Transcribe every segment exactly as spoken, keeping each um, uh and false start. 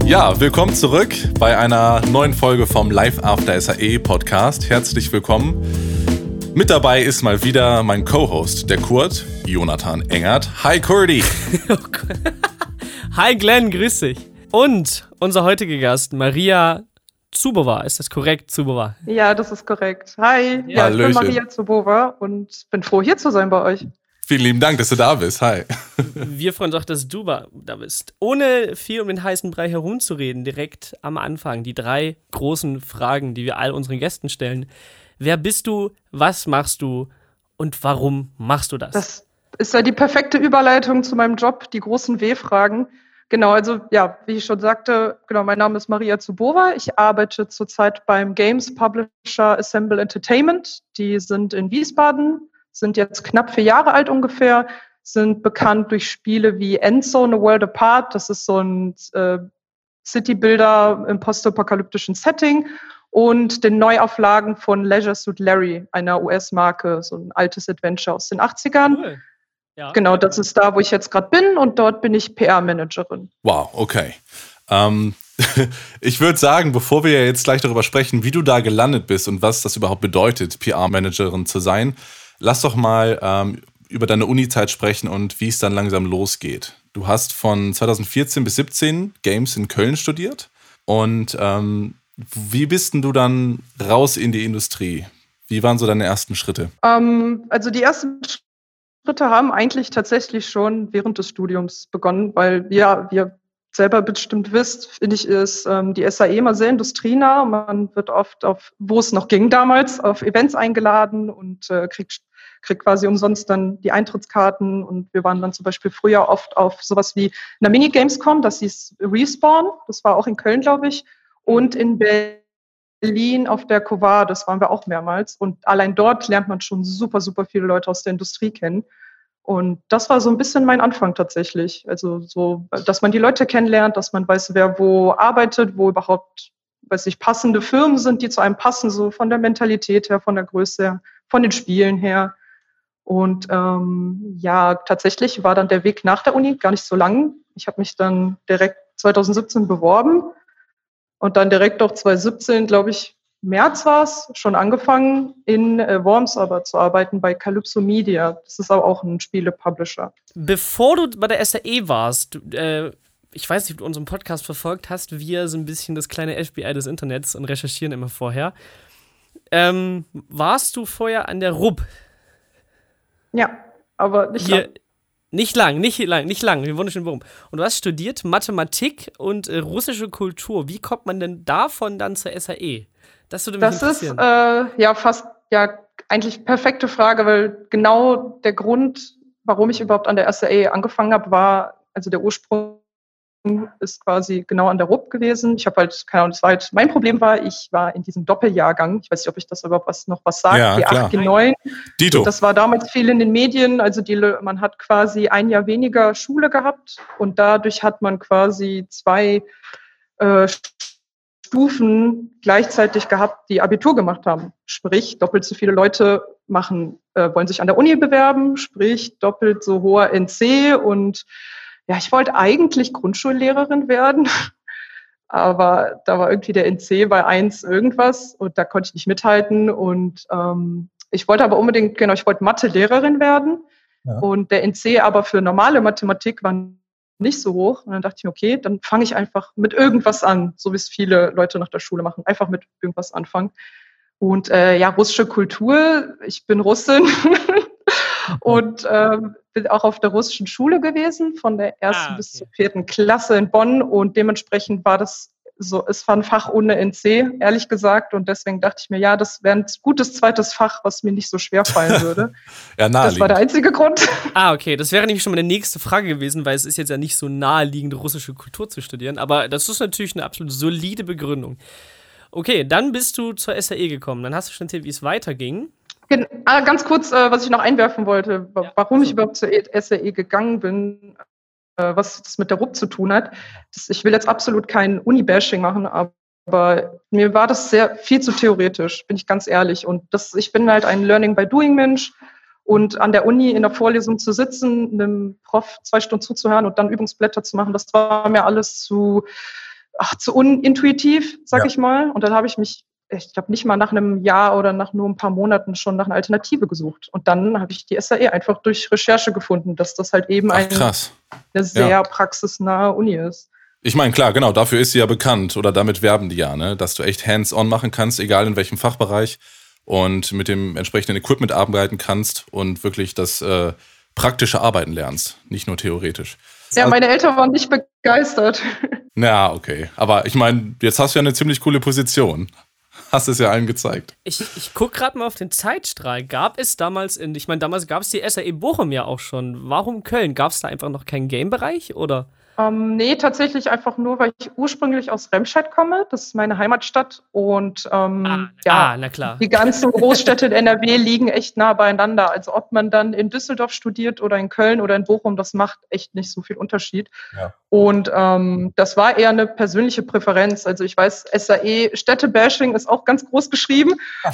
Ja, willkommen zurück bei einer neuen Folge vom Live After S A E Podcast. Herzlich willkommen. Mit dabei ist mal wieder mein Co-Host, der Kurt, Jonathan Engert. Hi Kurti. Hi Glenn, grüß dich. Und unser heutiger Gast, Maria Zubowa. Ist das korrekt, Zubowa? Ja, das ist korrekt. Hi, ja, ich bin Maria Zubowa und bin froh, hier zu sein bei euch. Vielen lieben Dank, dass du da bist. Hi. Wir freuen uns auch, dass du da bist. Ohne viel um den heißen Brei herumzureden, direkt am Anfang die drei großen Fragen, die wir all unseren Gästen stellen. Wer bist du, was machst du und warum machst du das? Das ist ja die perfekte Überleitung zu meinem Job, die großen W-Fragen. Genau, also ja, wie ich schon sagte, genau, mein Name ist Maria Zubowa. Ich arbeite zurzeit beim Games Publisher Assemble Entertainment. Die sind in Wiesbaden, sind jetzt knapp vier Jahre alt ungefähr, sind bekannt durch Spiele wie Endzone, A World Apart. Das ist so ein äh, City-Builder im postapokalyptischen Setting. Und den Neuauflagen von Leisure Suit Larry, einer U S-Marke, so ein altes Adventure aus den achtzigern. Cool. Ja. Genau, das ist da, wo ich jetzt gerade bin und dort bin ich P R-Managerin. Wow, okay. Ähm, ich würde sagen, bevor wir jetzt gleich darüber sprechen, wie du da gelandet bist und was das überhaupt bedeutet, P R-Managerin zu sein, lass doch mal ähm, über deine Uni-Zeit sprechen und wie es dann langsam losgeht. Du hast von zweitausendvierzehn bis siebzehn Games in Köln studiert und ähm, wie bist denn du dann raus in die Industrie? Wie waren so deine ersten Schritte? Ähm, also die ersten Schritte haben eigentlich tatsächlich schon während des Studiums begonnen, weil ja, wie ihr selber bestimmt wisst, finde ich, ist ähm, die S A E immer sehr industrienah. Man wird oft auf, wo es noch ging damals, auf Events eingeladen und äh, kriegt, kriegt quasi umsonst dann die Eintrittskarten. Und wir waren dann zum Beispiel früher oft auf sowas wie einer Mini-Gamescom, das hieß Respawn, das war auch in Köln, glaube ich. Und in Berlin auf der Covar, das waren wir auch mehrmals. Und allein dort lernt man schon super, super viele Leute aus der Industrie kennen. Und das war so ein bisschen mein Anfang tatsächlich. Also so, dass man die Leute kennenlernt, dass man weiß, wer wo arbeitet, wo überhaupt, weiß ich, passende Firmen sind, die zu einem passen, so von der Mentalität her, von der Größe her, von den Spielen her. Und ähm, ja, tatsächlich war dann der Weg nach der Uni gar nicht so lang. Ich habe mich dann direkt zweitausendsiebzehn beworben. Und dann direkt auch zweitausendsiebzehn, glaube ich, März war es, schon angefangen, in äh, Worms aber zu arbeiten bei Calypso Media. Das ist aber auch ein Spiele-Publisher. Bevor du bei der S A E warst, du, äh, ich weiß nicht, ob du unseren Podcast verfolgt hast, wir sind ein bisschen das kleine F B I des Internets und recherchieren immer vorher. Ähm, warst du vorher an der R U B? Ja, aber nicht Hier, lang. Nicht lang, nicht lang, nicht lang, wir wurden schon warum. Und du hast studiert Mathematik und äh, russische Kultur. Wie kommt man denn davon dann zur S A E? Das würde mich das interessieren. Das ist äh, ja fast, ja, eigentlich perfekte Frage, weil genau der Grund, warum ich überhaupt an der S A E angefangen habe, war, also der Ursprung ist quasi genau an der R U B gewesen. Ich habe halt, keine Ahnung, das war halt, mein Problem war, ich war in diesem Doppeljahrgang. Ich weiß nicht, ob ich das überhaupt was, noch was sagt. Ja, G klar. acht, G neun. Dito. Das war damals viel in den Medien. Also die, man hat quasi ein Jahr weniger Schule gehabt und dadurch hat man quasi zwei äh, Stufen gleichzeitig gehabt, die Abitur gemacht haben. Sprich, doppelt so viele Leute machen, äh, wollen sich an der Uni bewerben, sprich doppelt so hoher N C und ja, ich wollte eigentlich Grundschullehrerin werden, aber da war irgendwie der N C bei eins irgendwas und da konnte ich nicht mithalten und ähm, ich wollte aber unbedingt, genau, ich wollte Mathe-Lehrerin werden ja. Und der N C aber für normale Mathematik war nicht so hoch und dann dachte ich mir, okay, dann fange ich einfach mit irgendwas an, so wie es viele Leute nach der Schule machen, einfach mit irgendwas anfangen. Und äh, ja, russische Kultur, ich bin Russin. Und ähm, bin auch auf der russischen Schule gewesen, von der ersten ah, okay. bis zur vierten Klasse in Bonn. Und dementsprechend war das so, es war ein Fach ohne N C, ehrlich gesagt. Und deswegen dachte ich mir, ja, das wäre ein gutes zweites Fach, was mir nicht so schwer fallen würde. Ja, naheliegend. Das war der einzige Grund. Ah, okay. Das wäre nämlich schon meine nächste Frage gewesen, weil es ist jetzt ja nicht so naheliegend, russische Kultur zu studieren. Aber das ist natürlich eine absolut solide Begründung. Okay, dann bist du zur S A E gekommen. Dann hast du schon erzählt, wie es weiterging. Ganz kurz, was ich noch einwerfen wollte, warum ich überhaupt zur S A E gegangen bin, was das mit der R U B zu tun hat. Ich will jetzt absolut kein Uni-Bashing machen, aber mir war das sehr viel zu theoretisch, bin ich ganz ehrlich. Und das, ich bin halt ein Learning-by-Doing-Mensch und an der Uni in der Vorlesung zu sitzen, einem Prof zwei Stunden zuzuhören und dann Übungsblätter zu machen, das war mir alles zu ach, zu unintuitiv, sag Ja. ich mal. Und dann habe ich mich, ich glaube, nicht mal nach einem Jahr oder nach nur ein paar Monaten schon nach einer Alternative gesucht. Und dann habe ich die S A E einfach durch Recherche gefunden, dass das halt eben Ach, ein, krass. eine sehr Ja. praxisnahe Uni ist. Ich meine, klar, genau, dafür ist sie ja bekannt oder damit werben die ja, ne? Dass du echt hands-on machen kannst, egal in welchem Fachbereich und mit dem entsprechenden Equipment arbeiten kannst und wirklich das äh, praktische Arbeiten lernst, nicht nur theoretisch. Ja, meine Eltern waren nicht begeistert. Na, okay. Aber ich meine, jetzt hast du ja eine ziemlich coole Position. Hast es ja allen gezeigt. Ich, ich gucke gerade mal auf den Zeitstrahl. Gab es damals, in, ich meine, damals gab es die S A E Bochum ja auch schon. Warum Köln? Gab es da einfach noch keinen Game-Bereich, oder? Ähm, nee, tatsächlich einfach nur, weil ich ursprünglich aus Remscheid komme. Das ist meine Heimatstadt. Und ähm, Ah, ja, ah, na klar. die ganzen Großstädte in N R W liegen echt nah beieinander. Also ob man dann in Düsseldorf studiert oder in Köln oder in Bochum, das macht echt nicht so viel Unterschied. Ja. Und ähm, das war eher eine persönliche Präferenz. Also ich weiß, S A E Städtebashing ist auch ganz groß geschrieben.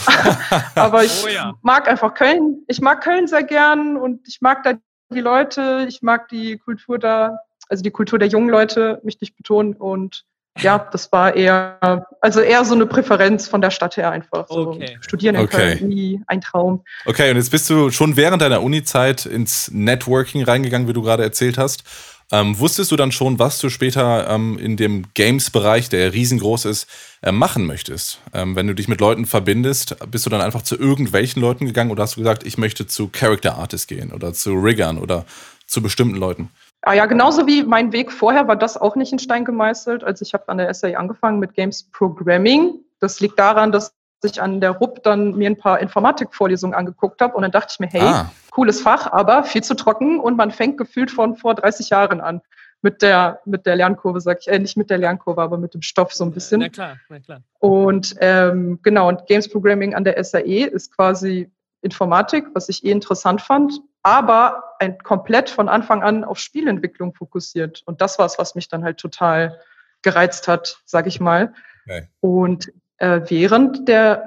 Aber ich Oh ja. mag einfach Köln. Ich mag Köln sehr gern und ich mag da die Leute. Ich mag die Kultur da. Also die Kultur der jungen Leute, möchte ich betonen. Und ja, das war eher, also eher so eine Präferenz von der Stadt her einfach. So Okay. Studieren in Okay. Köln, nie ein Traum. Okay, und jetzt bist du schon während deiner Uni-Zeit ins Networking reingegangen, wie du gerade erzählt hast. Ähm, wusstest du dann schon, was du später ähm, in dem Games-Bereich, der ja riesengroß ist, äh, machen möchtest? Ähm, wenn du dich mit Leuten verbindest, bist du dann einfach zu irgendwelchen Leuten gegangen oder hast du gesagt, ich möchte zu Character Artists gehen oder zu Riggern oder zu bestimmten Leuten? Ah ja, genauso wie mein Weg vorher war das auch nicht in Stein gemeißelt. Also ich habe an der S A E angefangen mit Games Programming. Das liegt daran, dass ich an der R U P dann mir ein paar Informatikvorlesungen angeguckt habe und dann dachte ich mir, hey, Ah. cooles Fach, aber viel zu trocken und man fängt gefühlt von vor dreißig Jahren an mit der mit der Lernkurve, sag ich, äh, nicht mit der Lernkurve, aber mit dem Stoff so ein bisschen. Na klar, na klar. Und ähm, genau, und Games Programming an der S A E ist quasi Informatik, was ich eh interessant fand, aber ein komplett von Anfang an auf Spielentwicklung fokussiert. Und das war es, was mich dann halt total gereizt hat, sag ich mal. Okay. Und äh, während der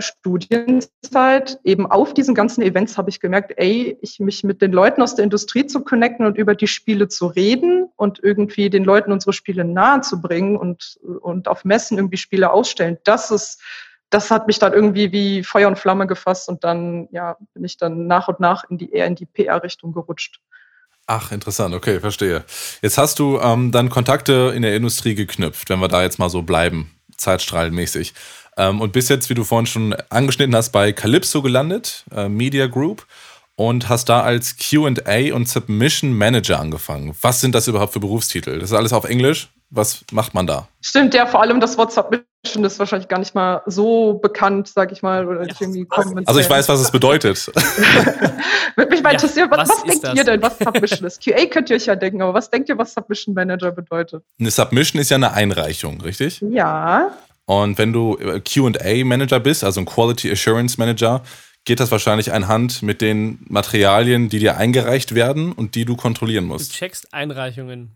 Studienzeit eben auf diesen ganzen Events habe ich gemerkt, ey, ich mich mit den Leuten aus der Industrie zu connecten und über die Spiele zu reden und irgendwie den Leuten unsere Spiele nahe zu bringen und, und auf Messen irgendwie Spiele ausstellen, das ist das hat mich dann irgendwie wie Feuer und Flamme gefasst und dann ja, bin ich dann nach und nach in die, eher in die P R-Richtung gerutscht. Ach, interessant, okay, verstehe. Jetzt hast du ähm, dann Kontakte in der Industrie geknüpft, wenn wir da jetzt mal so bleiben, zeitstrahlenmäßig. Ähm, und bist jetzt, wie du vorhin schon angeschnitten hast, bei Calypso gelandet, äh, Media Group, und hast da als Q and A und Submission Manager angefangen. Was sind das überhaupt für Berufstitel? Das ist alles auf Englisch. Was macht man da? Stimmt, ja, vor allem das Wort Submission ist wahrscheinlich gar nicht mal so bekannt, sag ich mal. Oder nicht irgendwie Also ich weiß, was es bedeutet. Würde mich mal Ja, interessieren, was, was was ist denkt das? ihr denn, was Submission ist? Q A könnt ihr euch ja denken, aber was denkt ihr, was Submission Manager bedeutet? Eine Submission ist ja eine Einreichung, richtig? Ja, Und wenn du Q and A Manager bist, also ein Quality Assurance Manager, geht das wahrscheinlich einhand mit den Materialien, die dir eingereicht werden und die du kontrollieren Du musst. checkst Einreichungen.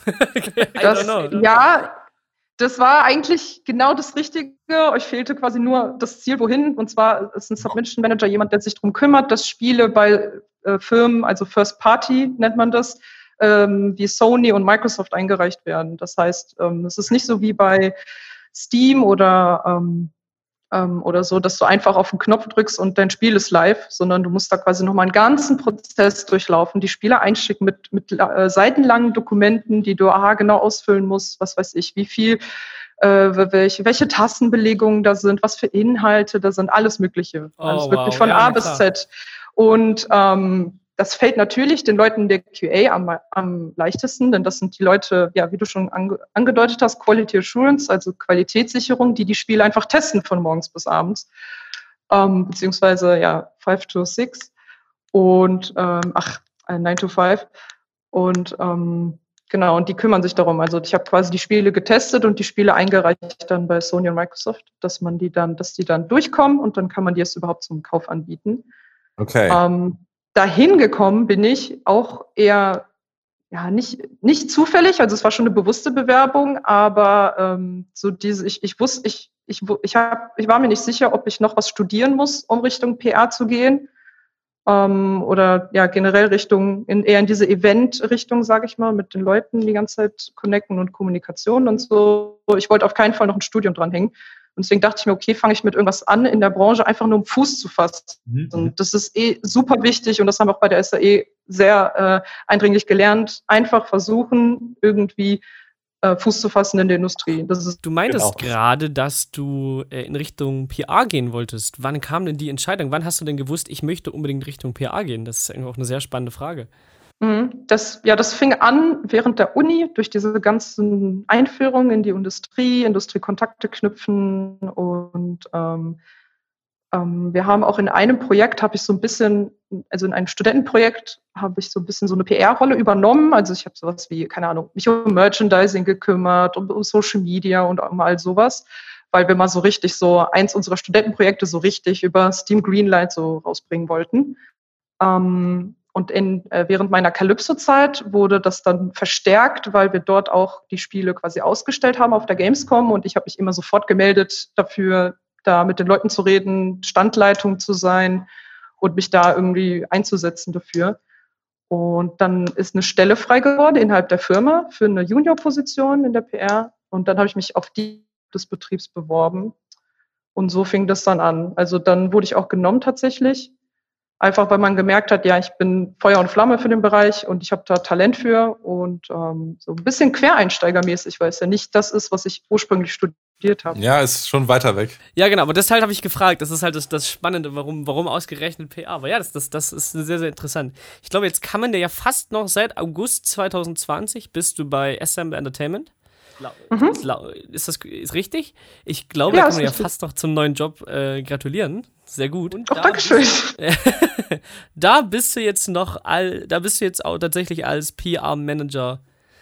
I das, don't know. ja, das war eigentlich genau das Richtige. Euch fehlte quasi nur das Ziel, wohin. Und zwar ist ein Submission Manager jemand, der sich darum kümmert, dass Spiele bei äh, Firmen, also First Party nennt man das, ähm, wie Sony und Microsoft eingereicht werden. Das heißt, ähm, es ist nicht so wie bei Steam oder ähm, ähm, oder so, dass du einfach auf den Knopf drückst und dein Spiel ist live, sondern du musst da quasi nochmal einen ganzen Prozess durchlaufen, die Spiele einschicken mit, mit äh, seitenlangen Dokumenten, die du aha, genau ausfüllen musst, was weiß ich, wie viel, äh, welche, welche Tastenbelegungen da sind, was für Inhalte da sind, alles Mögliche. Oh, alles wirklich wow. von Ja, A na bis klar. Z. Und ähm, das fällt natürlich den Leuten der Q A am, am leichtesten, denn das sind die Leute, ja, wie du schon ange, angedeutet hast, Quality Assurance, also Qualitätssicherung, die die Spiele einfach testen von morgens bis abends, ähm, beziehungsweise ja five to six und ähm, ach äh, nine to five und ähm, genau, und die kümmern sich darum. Also ich habe quasi die Spiele getestet und die Spiele eingereicht dann bei Sony und Microsoft, dass man die dann, dass die dann durchkommen und dann kann man die erst überhaupt zum Kauf anbieten. Okay. Ähm, dahin gekommen bin ich auch eher, ja, nicht, nicht zufällig, also es war schon eine bewusste Bewerbung, aber ähm, so diese, ich, ich wusste, ich, ich, ich, hab, ich war mir nicht sicher, ob ich noch was studieren muss, um Richtung P R zu gehen. Ähm, oder ja, generell Richtung, in, eher in diese Event-Richtung, sage ich mal, mit den Leuten die ganze Zeit connecten und Kommunikation und so. Ich wollte auf keinen Fall noch ein Studium dranhängen. Und deswegen dachte ich mir, okay, fange ich mit irgendwas an in der Branche, einfach nur um Fuß zu fassen. Mhm. Und das ist eh super wichtig und das haben wir auch bei der S A E sehr äh, eindringlich gelernt. Einfach versuchen, irgendwie äh, Fuß zu fassen in der Industrie. Das ist du meintest genau. gerade, dass du äh, in Richtung P R gehen wolltest. Wann kam denn die Entscheidung? Wann hast du denn gewusst, ich möchte unbedingt Richtung P R gehen? Das ist eigentlich auch eine sehr spannende Frage. Das, ja, das fing an während der Uni durch diese ganzen Einführungen in die Industrie, Industriekontakte knüpfen und ähm, ähm, wir haben auch in einem Projekt, habe ich so ein bisschen, also in einem Studentenprojekt, habe ich so ein bisschen so eine P R-Rolle übernommen. Also ich habe sowas wie, keine Ahnung, mich um Merchandising gekümmert, um, um Social Media und um all sowas, weil wir mal so richtig so eins unserer Studentenprojekte so richtig über Steam Greenlight so rausbringen wollten. Ähm, Und in, äh, während meiner Calypso-Zeit wurde das dann verstärkt, weil wir dort auch die Spiele quasi ausgestellt haben auf der Gamescom. Und ich habe mich immer sofort gemeldet dafür, da mit den Leuten zu reden, Standleitung zu sein und mich da irgendwie einzusetzen dafür. Und dann ist eine Stelle frei geworden innerhalb der Firma für eine Junior-Position in der P R. Und dann habe ich mich auf die des Betriebs beworben. Und so fing das dann an. Also dann wurde ich auch genommen tatsächlich. Einfach, weil man gemerkt hat, ja, ich bin Feuer und Flamme für den Bereich und ich habe da Talent für und ähm, so ein bisschen quereinsteigermäßig, weil es ja nicht das ist, was ich ursprünglich studiert habe. Ja, ist schon weiter weg. Ja, genau, aber deshalb habe ich gefragt. Das ist halt das, das Spannende, warum, warum ausgerechnet P R. Aber ja, das, das, das ist sehr, sehr interessant. Ich glaube, jetzt kann man dir ja fast noch seit August zwanzig zwanzig bist du bei S M Entertainment. Mhm. Ist das ist richtig? Ich glaube, ja, da kann man ja richtig. Fast noch zum neuen Job äh, gratulieren. Sehr gut. Und Ach, da Dankeschön. Bist, äh, da bist du jetzt noch all, da bist du jetzt auch tatsächlich als P R-Manager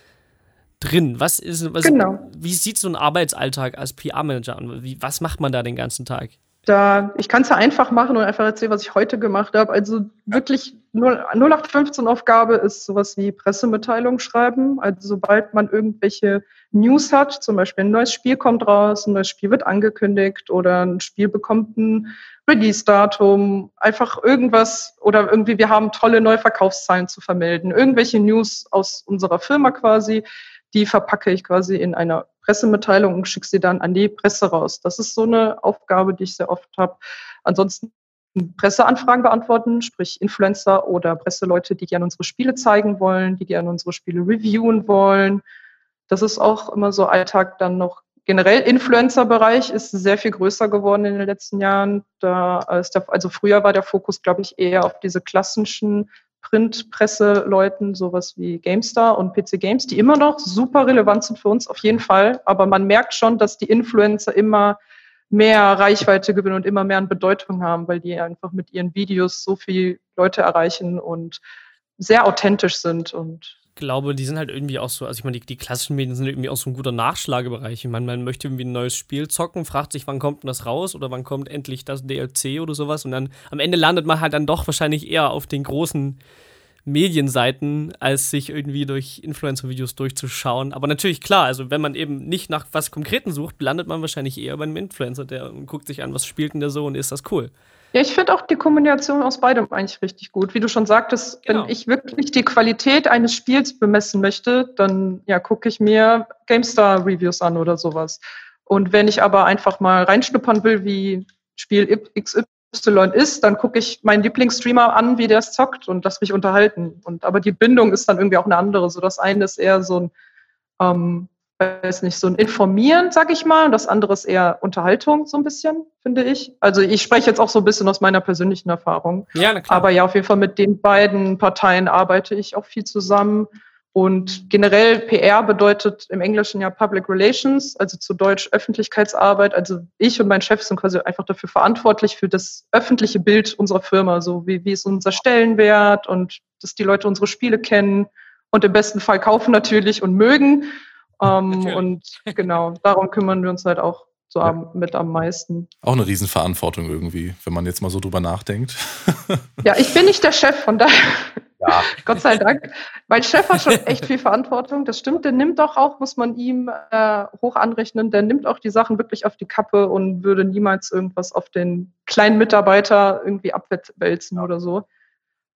drin. Was ist, was, genau. Wie sieht so ein Arbeitsalltag als P R-Manager an? Wie, was macht man da den ganzen Tag? Da, ich kann es ja einfach machen und einfach erzählen, was ich heute gemacht habe. Also wirklich null acht fünfzehn Aufgabe ist sowas wie Pressemitteilung schreiben. Also sobald man irgendwelche News hat, zum Beispiel ein neues Spiel kommt raus, ein neues Spiel wird angekündigt oder ein Spiel bekommt ein Release-Datum, einfach irgendwas oder irgendwie wir haben tolle neue Verkaufszahlen zu vermelden. Irgendwelche News aus unserer Firma quasi, die verpacke ich quasi in einer Pressemitteilung und schicke sie dann an die Presse raus. Das ist so eine Aufgabe, die ich sehr oft habe. Ansonsten Presseanfragen beantworten, sprich Influencer oder Presseleute, die gerne unsere Spiele zeigen wollen, die gerne unsere Spiele reviewen wollen. Das ist auch immer so Alltag dann noch. Generell Influencer-Bereich ist sehr viel größer geworden in den letzten Jahren. Da ist der, also früher war der Fokus, glaube ich, eher auf diese klassischen Printpresseleuten, sowas wie GameStar und P C Games, die immer noch super relevant sind für uns, auf jeden Fall. Aber man merkt schon, dass die Influencer immer mehr Reichweite gewinnen und immer mehr an Bedeutung haben, weil die einfach mit ihren Videos so viele Leute erreichen und sehr authentisch sind. Und ich glaube, die sind halt irgendwie auch so, also ich meine, die, die klassischen Medien sind irgendwie auch so ein guter Nachschlagebereich. Ich meine, man möchte irgendwie ein neues Spiel zocken, fragt sich, wann kommt denn das raus oder wann kommt endlich das D L C oder sowas und dann am Ende landet man halt dann doch wahrscheinlich eher auf den großen Medienseiten, als sich irgendwie durch Influencer-Videos durchzuschauen. Aber natürlich, klar, also wenn man eben nicht nach was Konkreten sucht, landet man wahrscheinlich eher bei einem Influencer, der guckt sich an, was spielt denn der so und ist das cool. Ja, ich finde auch die Kombination aus beidem eigentlich richtig gut. Wie du schon sagtest, genau. Wenn ich wirklich die Qualität eines Spiels bemessen möchte, dann ja, gucke ich mir GameStar-Reviews an oder sowas. Und wenn ich aber einfach mal reinschnuppern will, wie Spiel X Y ist, dann gucke ich meinen Lieblingsstreamer an, wie der es zockt und lass mich unterhalten. Und aber die Bindung ist dann irgendwie auch eine andere. So das eine ist eher so ein ähm, weiß nicht, so ein Informieren, sag ich mal, und das andere ist eher Unterhaltung, so ein bisschen, finde ich. Also ich spreche jetzt auch so ein bisschen aus meiner persönlichen Erfahrung. Ja, na klar. Aber ja, auf jeden Fall mit den beiden Parteien arbeite ich auch viel zusammen. Und generell P R bedeutet im Englischen ja Public Relations, also zu Deutsch Öffentlichkeitsarbeit. Also ich und mein Chef sind quasi einfach dafür verantwortlich für das öffentliche Bild unserer Firma, so wie, wie ist unser Stellenwert und dass die Leute unsere Spiele kennen und im besten Fall kaufen natürlich und mögen. Um, und genau, darum kümmern wir uns halt auch so am, ja. mit am meisten. Auch eine Riesenverantwortung irgendwie, wenn man jetzt mal so drüber nachdenkt. Ja, ich bin nicht der Chef, von daher, ja. Gott sei Dank. Mein Chef hat schon echt viel Verantwortung, das stimmt, der nimmt doch auch, muss man ihm äh, hoch anrechnen, der nimmt auch die Sachen wirklich auf die Kappe und würde niemals irgendwas auf den kleinen Mitarbeiter irgendwie abwälzen ja. oder so.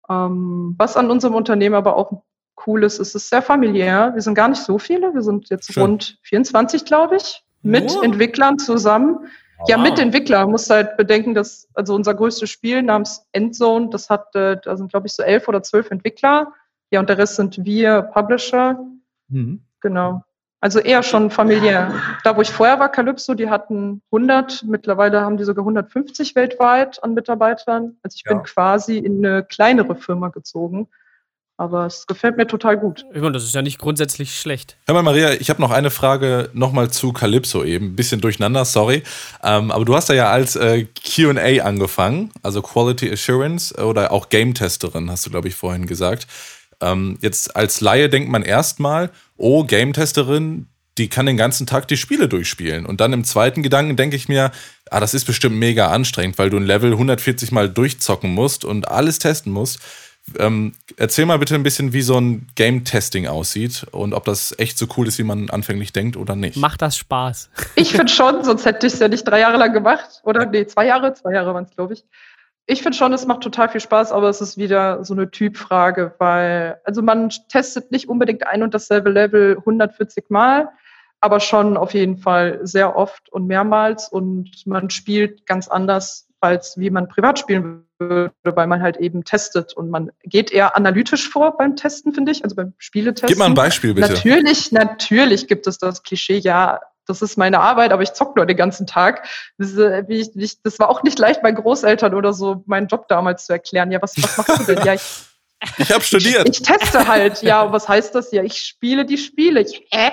Ähm, was an unserem Unternehmen aber auch cool ist, ist es ist sehr familiär. Wir sind gar nicht so viele, wir sind jetzt Schön. rund vierundzwanzig, glaube ich, mit oh. Entwicklern zusammen. Oh, ja, wow. mit Entwicklern. Man muss halt bedenken, dass also unser größtes Spiel namens Endzone, das hat, äh, da sind, glaube ich, so elf oder zwölf Entwickler. Ja, und der Rest sind wir Publisher. Mhm. Genau. Also eher schon familiär. Da, wo ich vorher war, Calypso, die hatten hundert, mittlerweile haben die sogar hundertfünfzig weltweit an Mitarbeitern. Also ich ja. bin quasi in eine kleinere Firma gezogen. Aber es gefällt mir total gut. Ich meine, das ist ja nicht grundsätzlich schlecht. Hör mal, Maria, ich habe noch eine Frage nochmal zu Calypso eben. Ein bisschen durcheinander, sorry. Ähm, aber du hast da ja als äh, Q und A angefangen, also Quality Assurance oder auch Game-Testerin, hast du, glaube ich, vorhin gesagt. Ähm, jetzt als Laie denkt man erstmal, oh, Game-Testerin, die kann den ganzen Tag die Spiele durchspielen. Und dann im zweiten Gedanken denke ich mir, ah, das ist bestimmt mega anstrengend, weil du ein Level hundertvierzig Mal durchzocken musst und alles testen musst. Ähm, erzähl mal bitte ein bisschen, wie so ein Game-Testing aussieht und ob das echt so cool ist, wie man anfänglich denkt oder nicht. Macht das Spaß? Ich finde schon, sonst hätte ich es ja nicht drei Jahre lang gemacht. Oder nee, zwei Jahre, zwei Jahre waren es, glaube ich. Ich finde schon, es macht total viel Spaß, aber es ist wieder so eine Typfrage, weil, also man testet nicht unbedingt ein und dasselbe Level hundertvierzig Mal, aber schon auf jeden Fall sehr oft und mehrmals und man spielt ganz anders, als wie man privat spielen würde, weil man halt eben testet und man geht eher analytisch vor beim Testen, finde ich, also beim Spieletesten. Gib mal ein Beispiel, bitte. Natürlich, natürlich gibt es das Klischee, ja, das ist meine Arbeit, aber ich zock nur den ganzen Tag. Das, äh, wie ich, wie ich, das war auch nicht leicht, meinen Großeltern oder so meinen Job damals zu erklären. Ja, was, was machst du denn? Ja, ich, ich habe studiert. Ich, ich teste halt. Ja, was heißt das? Ja, ich spiele die Spiele. Ich, äh.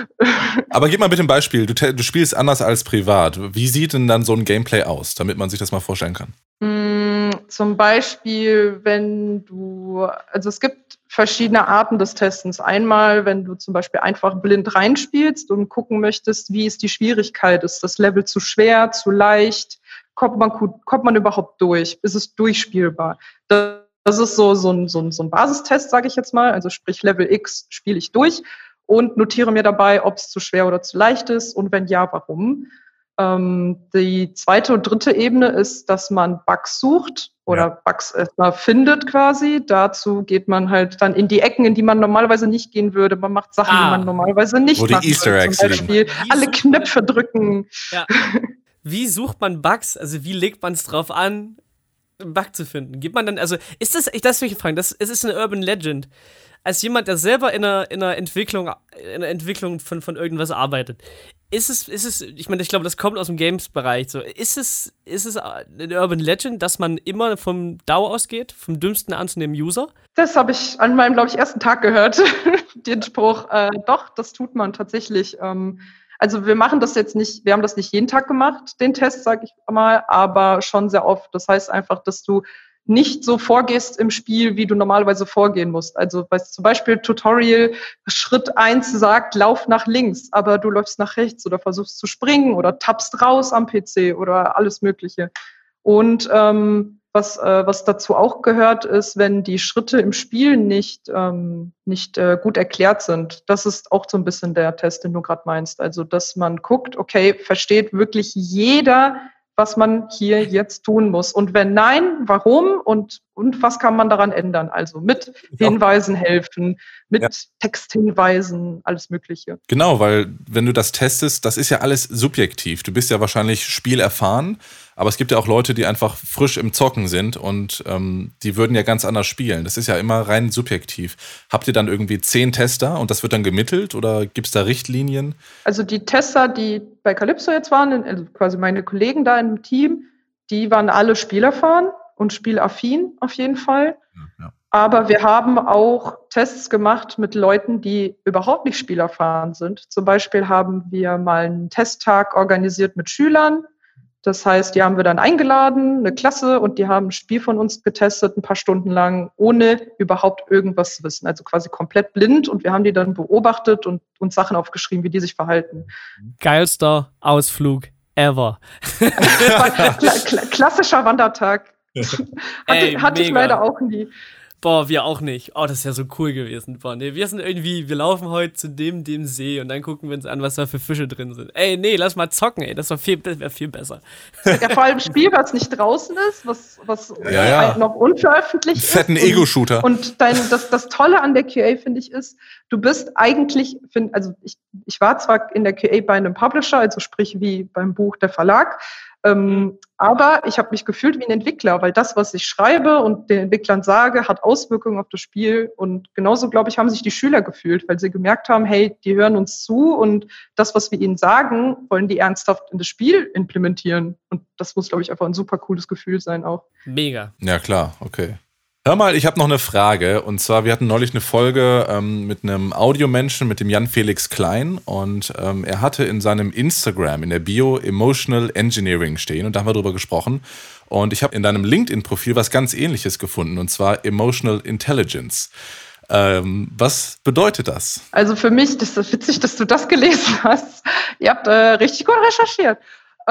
Aber gib mal bitte ein Beispiel. Du, te- du spielst anders als privat. Wie sieht denn dann so ein Gameplay aus, damit man sich das mal vorstellen kann? Mm, zum Beispiel, wenn du, also es gibt verschiedene Arten des Testens. Einmal, wenn du zum Beispiel einfach blind reinspielst und gucken möchtest, wie ist die Schwierigkeit? Ist das Level zu schwer, zu leicht? Kommt man, kommt man überhaupt durch? Ist es durchspielbar? Das, das ist so, so, ein, so, ein, so ein Basistest, sage ich jetzt mal. Also sprich, Level X spiele ich durch und notiere mir dabei, ob es zu schwer oder zu leicht ist und wenn ja, warum. Ähm, die zweite und dritte Ebene ist, dass man Bugs sucht oder ja. Bugs erstmal findet quasi. Dazu geht man halt dann in die Ecken, in die man normalerweise nicht gehen würde. Man macht Sachen, ah. die man normalerweise nicht macht. Wo die Easter Eggs zum Beispiel liegen. Alle Knöpfe drücken. Ja. Wie sucht man Bugs? Also wie legt man es drauf an, einen Bug zu finden? Gibt man dann, also ist das, ich das will ich fragen, das, es ist eine Urban Legend. Als jemand, der selber in einer, in einer Entwicklung, in einer Entwicklung von, von irgendwas arbeitet, ist es, ist es, ich meine, ich glaube, das kommt aus dem Games-Bereich, so, ist es, ist es eine Urban Legend, dass man immer vom D A O ausgeht, vom dümmsten anzunehmen User? Das habe ich an meinem, glaube ich, ersten Tag gehört, den Spruch. Äh, doch, das tut man tatsächlich. Ähm, also wir machen das jetzt nicht, wir haben das nicht jeden Tag gemacht, den Test, sage ich mal, aber schon sehr oft. Das heißt einfach, dass du nicht so vorgehst im Spiel, wie du normalerweise vorgehen musst. Also weißt, zum Beispiel Tutorial Schritt eins sagt, lauf nach links, aber du läufst nach rechts oder versuchst zu springen oder tappst raus am P C oder alles Mögliche. Und ähm, was, äh, was dazu auch gehört, ist, wenn die Schritte im Spiel nicht, ähm, nicht äh, gut erklärt sind. Das ist auch so ein bisschen der Test, den du gerade meinst. Also dass man guckt, okay, versteht wirklich jeder, was man hier jetzt tun muss. Und wenn nein, warum und, und was kann man daran ändern? Also mit Hinweisen helfen, mit ja. Texthinweisen, alles Mögliche. Genau, weil wenn du das testest, das ist ja alles subjektiv. Du bist ja wahrscheinlich spielerfahren, aber es gibt ja auch Leute, die einfach frisch im Zocken sind und ähm, die würden ja ganz anders spielen. Das ist ja immer rein subjektiv. Habt ihr dann irgendwie zehn Tester und das wird dann gemittelt oder gibt es da Richtlinien? Also die Tester, die bei Calypso jetzt waren, also quasi meine Kollegen da im Team, die waren alle spielerfahren und spielaffin auf jeden Fall. Ja, ja. Aber wir haben auch Tests gemacht mit Leuten, die überhaupt nicht spielerfahren sind. Zum Beispiel haben wir mal einen Testtag organisiert mit Schülern. Das heißt, die haben wir dann eingeladen, eine Klasse, und die haben ein Spiel von uns getestet, ein paar Stunden lang, ohne überhaupt irgendwas zu wissen. Also quasi komplett blind, und wir haben die dann beobachtet und uns Sachen aufgeschrieben, wie die sich verhalten. Geilster Ausflug ever. Kla- kla- klassischer Wandertag. hatte Ey, hatte ich leider auch nie. Boah, wir auch nicht. Oh, das ist ja so cool gewesen. Boah, nee, wir sind irgendwie, wir laufen heute zu dem, dem See und dann gucken wir uns an, was da für Fische drin sind. Ey, nee, lass mal zocken, ey, das wäre viel, wär viel besser. Ja, vor allem ein Spiel, was nicht draußen ist, was, was ja, ja. halt noch unveröffentlicht ist. Fetten Ego-Shooter. Und, und dein, das, das Tolle an der Q A, finde ich, ist, du bist eigentlich, find, also ich, ich war zwar in der Q A bei einem Publisher, also sprich wie beim Buch der Verlag, Ähm, aber ich habe mich gefühlt wie ein Entwickler, weil das, was ich schreibe und den Entwicklern sage, hat Auswirkungen auf das Spiel. Und genauso, glaube ich, haben sich die Schüler gefühlt, weil sie gemerkt haben, hey, die hören uns zu und das, was wir ihnen sagen, wollen die ernsthaft in das Spiel implementieren. Und das muss, glaube ich, einfach ein super cooles Gefühl sein auch. Mega. Ja, klar, okay. Hör mal, ich habe noch eine Frage. Und zwar, wir hatten neulich eine Folge ähm, mit einem Audiomenschen, mit dem Jan-Felix Klein. Und ähm, er hatte in seinem Instagram, in der Bio, Emotional Engineering stehen. Und da haben wir drüber gesprochen. Und ich habe in deinem LinkedIn-Profil was ganz Ähnliches gefunden. Und zwar Emotional Intelligence. Ähm, was bedeutet das? Also für mich, das ist witzig, dass du das gelesen hast. Ihr habt äh, richtig gut recherchiert.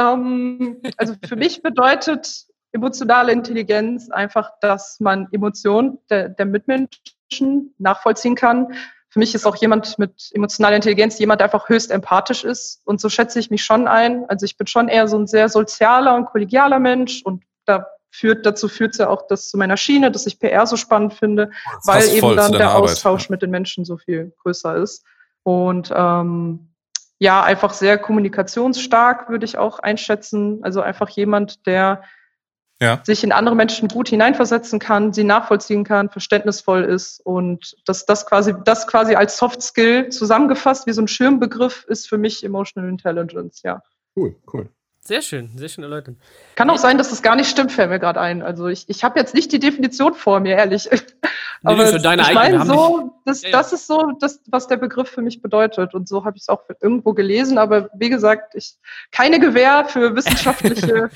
Ähm, also für mich bedeutet emotionale Intelligenz einfach, dass man Emotionen der, der Mitmenschen nachvollziehen kann. Für mich ist auch jemand mit emotionaler Intelligenz jemand, der einfach höchst empathisch ist. Und so schätze ich mich schon ein. Also ich bin schon eher so ein sehr sozialer und kollegialer Mensch. Und da führt, dazu führt es ja auch das zu meiner Schiene, dass ich P R so spannend finde, weil eben dann der Arbeit, Austausch ja. mit den Menschen so viel größer ist. Und ähm, ja, einfach sehr kommunikationsstark würde ich auch einschätzen. Also einfach jemand, der Ja. sich in andere Menschen gut hineinversetzen kann, sie nachvollziehen kann, verständnisvoll ist und dass das quasi, das quasi als Soft Skill zusammengefasst wie so ein Schirmbegriff ist für mich Emotional Intelligence, ja. Cool, cool. Sehr schön, sehr schön erläutert. Kann auch sein, dass das gar nicht stimmt, fällt mir gerade ein. Also ich, ich habe jetzt nicht die Definition vor mir, ehrlich. Nee, aber für deine ich eigene, meine so, das, ja, ja. das ist so, das, was der Begriff für mich bedeutet und so habe ich es auch irgendwo gelesen, aber wie gesagt, ich keine Gewähr für wissenschaftliche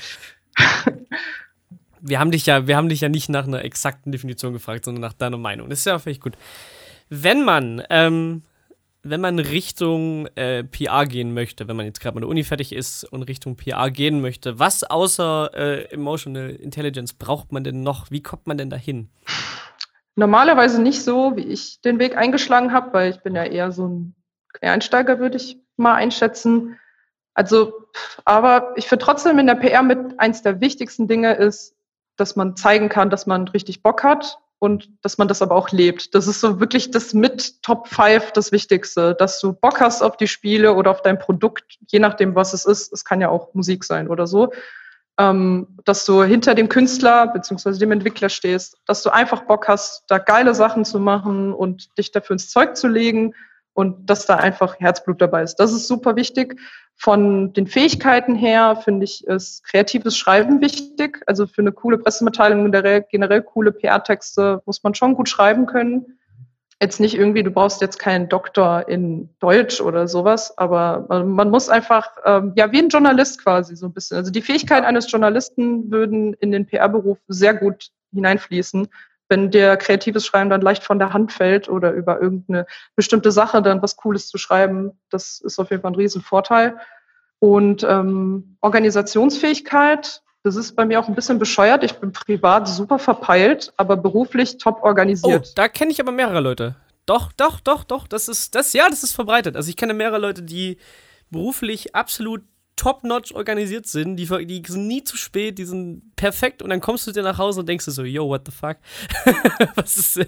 Wir haben dich ja, wir haben dich ja nicht nach einer exakten Definition gefragt, sondern nach deiner Meinung. Das ist ja völlig gut. Wenn man, ähm, wenn man Richtung äh, P R gehen möchte, wenn man jetzt gerade mit der Uni fertig ist und Richtung P R gehen möchte, was außer äh, Emotional Intelligence braucht man denn noch? Wie kommt man denn dahin? Normalerweise nicht so, wie ich den Weg eingeschlagen habe, weil ich bin ja eher so ein Quereinsteiger, würde ich mal einschätzen. Also, aber ich finde trotzdem in der P R mit eins der wichtigsten Dinge ist, dass man zeigen kann, dass man richtig Bock hat und dass man das aber auch lebt. Das ist so wirklich das mit Top fünf das Wichtigste, dass du Bock hast auf die Spiele oder auf dein Produkt, je nachdem, was es ist. Es kann ja auch Musik sein oder so. Ähm, dass du hinter dem Künstler bzw. dem Entwickler stehst, dass du einfach Bock hast, da geile Sachen zu machen und dich dafür ins Zeug zu legen und dass da einfach Herzblut dabei ist. Das ist super wichtig. Von den Fähigkeiten her, finde ich, ist kreatives Schreiben wichtig. Also für eine coole Pressemitteilung, generell, generell coole P R-Texte muss man schon gut schreiben können. Jetzt nicht irgendwie, du brauchst jetzt keinen Doktor in Deutsch oder sowas, aber man, man muss einfach, ähm, ja, wie ein Journalist quasi so ein bisschen. Also die Fähigkeiten eines Journalisten würden in den P R-Beruf sehr gut hineinfließen. Wenn dir kreatives Schreiben dann leicht von der Hand fällt oder über irgendeine bestimmte Sache dann was Cooles zu schreiben, das ist auf jeden Fall ein Riesenvorteil. Und ähm, Organisationsfähigkeit, das ist bei mir auch ein bisschen bescheuert. Ich bin privat super verpeilt, aber beruflich top organisiert. Oh, da kenne ich aber mehrere Leute. Doch, doch, doch, doch, das ist, das, ja, das ist verbreitet. Also ich kenne mehrere Leute, die beruflich absolut top-notch organisiert sind, die, die sind nie zu spät, die sind perfekt und dann kommst du dir nach Hause und denkst du so, yo, what the fuck? Was ist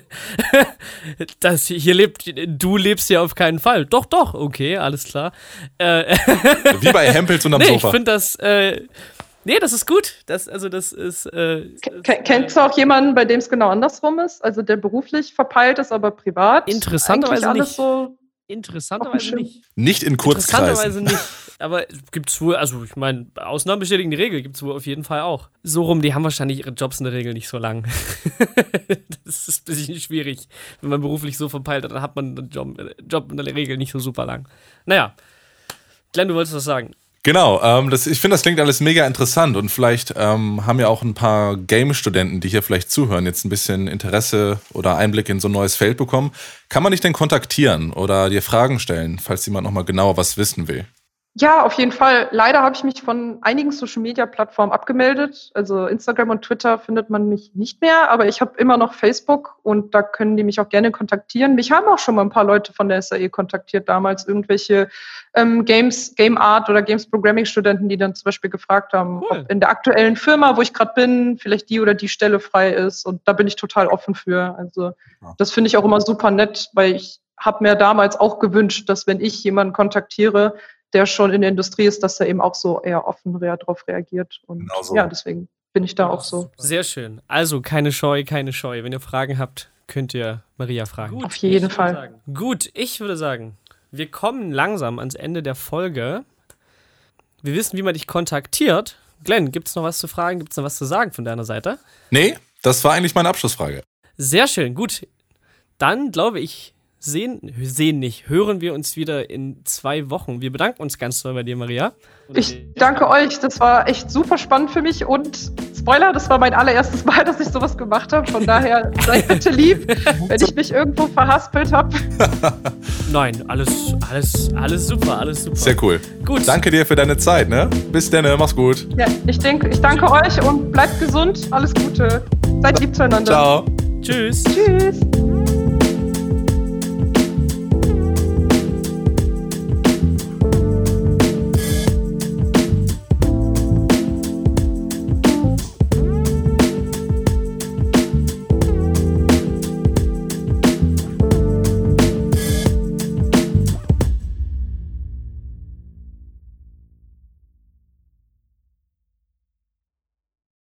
das hier lebt, du lebst ja auf keinen Fall. Doch, doch, okay, alles klar. Äh, Wie bei Hempels unterm nee, Sofa. Ich finde das, äh, nee, das ist gut. Das, also das ist, äh, K- Kennst du auch jemanden, bei dem es genau andersrum ist? Also der beruflich verpeilt ist, aber privat? Interessanterweise alles nicht. So Interessanterweise nicht. Nicht in Kurzkreisen. Interessanterweise nicht. Aber gibt es wohl, also ich meine, Ausnahmen bestätigen die Regel, gibt es wohl auf jeden Fall auch. So rum, die haben wahrscheinlich ihre Jobs in der Regel nicht so lang. Das ist ein bisschen schwierig. Wenn man beruflich so verpeilt hat, dann hat man den Job, Job in der Regel nicht so super lang. Naja, Glenn, du wolltest was sagen. Genau, ähm, das, ich finde, das klingt alles mega interessant und vielleicht ähm, haben ja auch ein paar Game-Studenten, die hier vielleicht zuhören, jetzt ein bisschen Interesse oder Einblick in so ein neues Feld bekommen. Kann man dich denn kontaktieren oder dir Fragen stellen, falls jemand nochmal genauer was wissen will? Ja, auf jeden Fall. Leider habe ich mich von einigen Social-Media-Plattformen abgemeldet. Also Instagram und Twitter findet man mich nicht mehr, aber ich habe immer noch Facebook und da können die mich auch gerne kontaktieren. Mich haben auch schon mal ein paar Leute von der S A E kontaktiert damals, irgendwelche ähm, Games, Game Art oder Games Programming-Studenten, die dann zum Beispiel gefragt haben, Cool. ob in der aktuellen Firma, wo ich gerade bin, vielleicht die oder die Stelle frei ist. Und da bin ich total offen für. Also das finde ich auch immer super nett, weil ich habe mir damals auch gewünscht, dass wenn ich jemanden kontaktiere, der schon in der Industrie ist, dass er eben auch so eher offen darauf reagiert. Und Genau so. ja, deswegen bin ich da auch so. Sehr schön. Also keine Scheu, keine Scheu. Wenn ihr Fragen habt, könnt ihr Maria fragen. Auf jeden ich Fall. würde sagen- Gut, ich würde sagen, wir kommen langsam ans Ende der Folge. Wir wissen, wie man dich kontaktiert. Glenn, gibt es noch was zu fragen? Gibt es noch was zu sagen von deiner Seite? Nee, das war eigentlich meine Abschlussfrage. Sehr schön, gut. Dann glaube ich, sehen, sehen nicht, hören wir uns wieder in zwei Wochen. Wir bedanken uns ganz doll bei dir, Maria. Ich danke euch, das war echt super spannend für mich und Spoiler, das war mein allererstes Mal, dass ich sowas gemacht habe. Von daher seid bitte lieb, wenn ich mich irgendwo verhaspelt habe. Nein, alles, alles, alles super, alles super. Sehr cool. Gut. Danke dir für deine Zeit, ne? Bis dann, mach's gut. Ja, ich, denke, ich danke euch und bleibt gesund. Alles Gute. Seid lieb zueinander. Ciao. Tschüss. Tschüss.